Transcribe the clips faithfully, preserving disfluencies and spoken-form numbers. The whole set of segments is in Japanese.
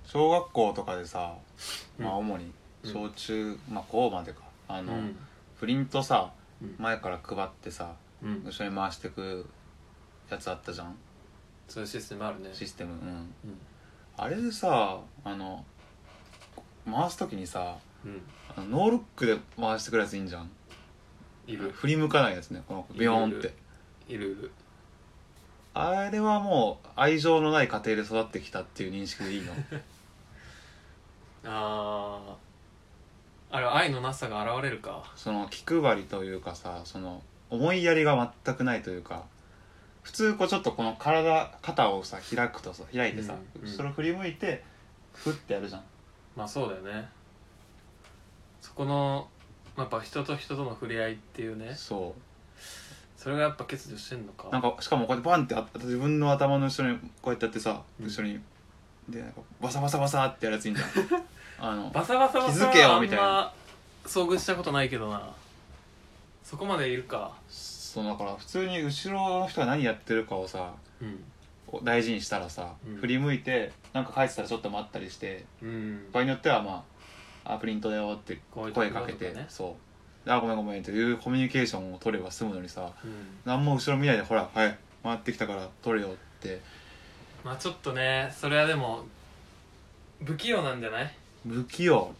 小学校とかでさ、まあうん主に小中、まあ高までかあの、 うんプリントさうん前から配ってさうん後ろに回してくやつあったじゃん、 そういうシステムあるね。 システム。うんうんあれでさあの回す時にさうんあのノールックで回してくるやついいんじゃん。 いる振り向かないやつね、このビヨーンって。 いるいる。 あれはもう愛情のない家庭で育ってきたっていう認識でいいの？ あああれは愛のなさが現れるか。 その気配りというかさ、その思いやりが全くないというか、普通こうちょっとこの体肩をさ開くとさ開いてさ、 うんうんそれを振り向いてフッてやるじゃん。 まあそうだよね。そこのやっぱ人と人との触れ合いっていうね、 そそれがやっぱ欠如してんのか。 うなんかしかもこうやってバンってあ自分の頭の後ろにこうやってやってさ、 うん後ろにでなんかバサバサバサってやるやついいんじゃん。あのバサバサバサ気づけよみたいなあんま遭遇したことないけどな。そこまでいるか。 そうだから普通に後ろの人が何やってるかをさうん大事にしたらさ、 うん振り向いてなんか書いてたらちょっと待ったりして、 うん場合によってはまああプリントだよってこういう声かけて、 ところとかねそうであごめんごめんっていうコミュニケーションを取れば済むのにさ、 うん何も後ろ見ないでほらはい回ってきたから取れよって。 まあちょっとね、それはでも不器用なんじゃない不器用。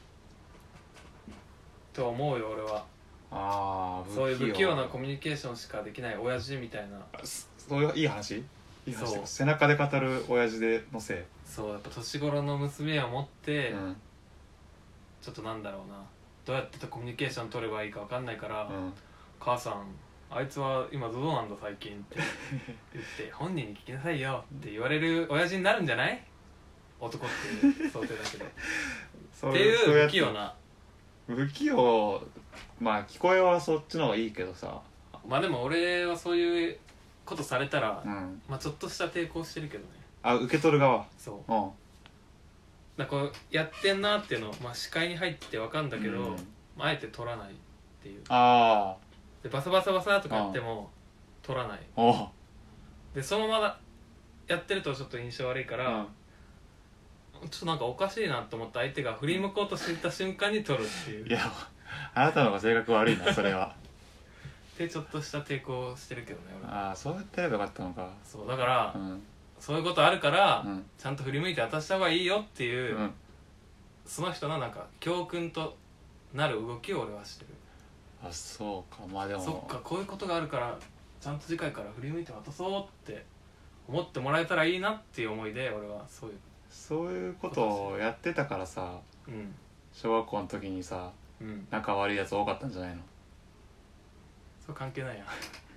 と思うよ俺は。 ああそういう不器用なコミュニケーションしかできない親父みたいな。 そういういい話いい話そう背中で語る親父でのせい。 そうやっぱ年頃の娘を持って、 うんちょっとなんだろうな、どうやってコミュニケーション取ればいいか分かんないから、 うん母さんあいつは今どうなんだ最近って言って本人に聞きなさいよって言われる親父になるんじゃない？男っていう想定だけどそっていうそうやつ不器用な。 不器用。まあ聞こえはそっちの方がいいけどさ。 まあでも俺はそういうことされたら、 うんまあちょっとした抵抗してるけどね。 あ受け取る側。 そううんだからこうやってんなっていうの、まあ、視界に入って分かんだけど、 うんまあ、あえて取らないっていうあでバサバサバサとかやっても取らないあおうでそのままやってるとちょっと印象悪いから、ちょっとなんかおかしいなと思った相手が振り向こうとした瞬間に取るっていういやあなたの方が性格悪いなそれは。 でちょっとした抵抗してるけどね俺ああそうやってやればよかったのか。 そうだから、 うんそういうことあるから、 うんちゃんと振り向いて渡した方がいいよっていう、 うんその人のなんか教訓となる動きを俺はしてる。 あそうかまあでもそっかこういうことがあるからちゃんと次回から振り向いて渡そうって思ってもらえたらいいなっていう思いで俺はそういうそういうことをやってたからさうん小学校の時にさうん仲悪いやつ多かったんじゃないの？ そう関係ないや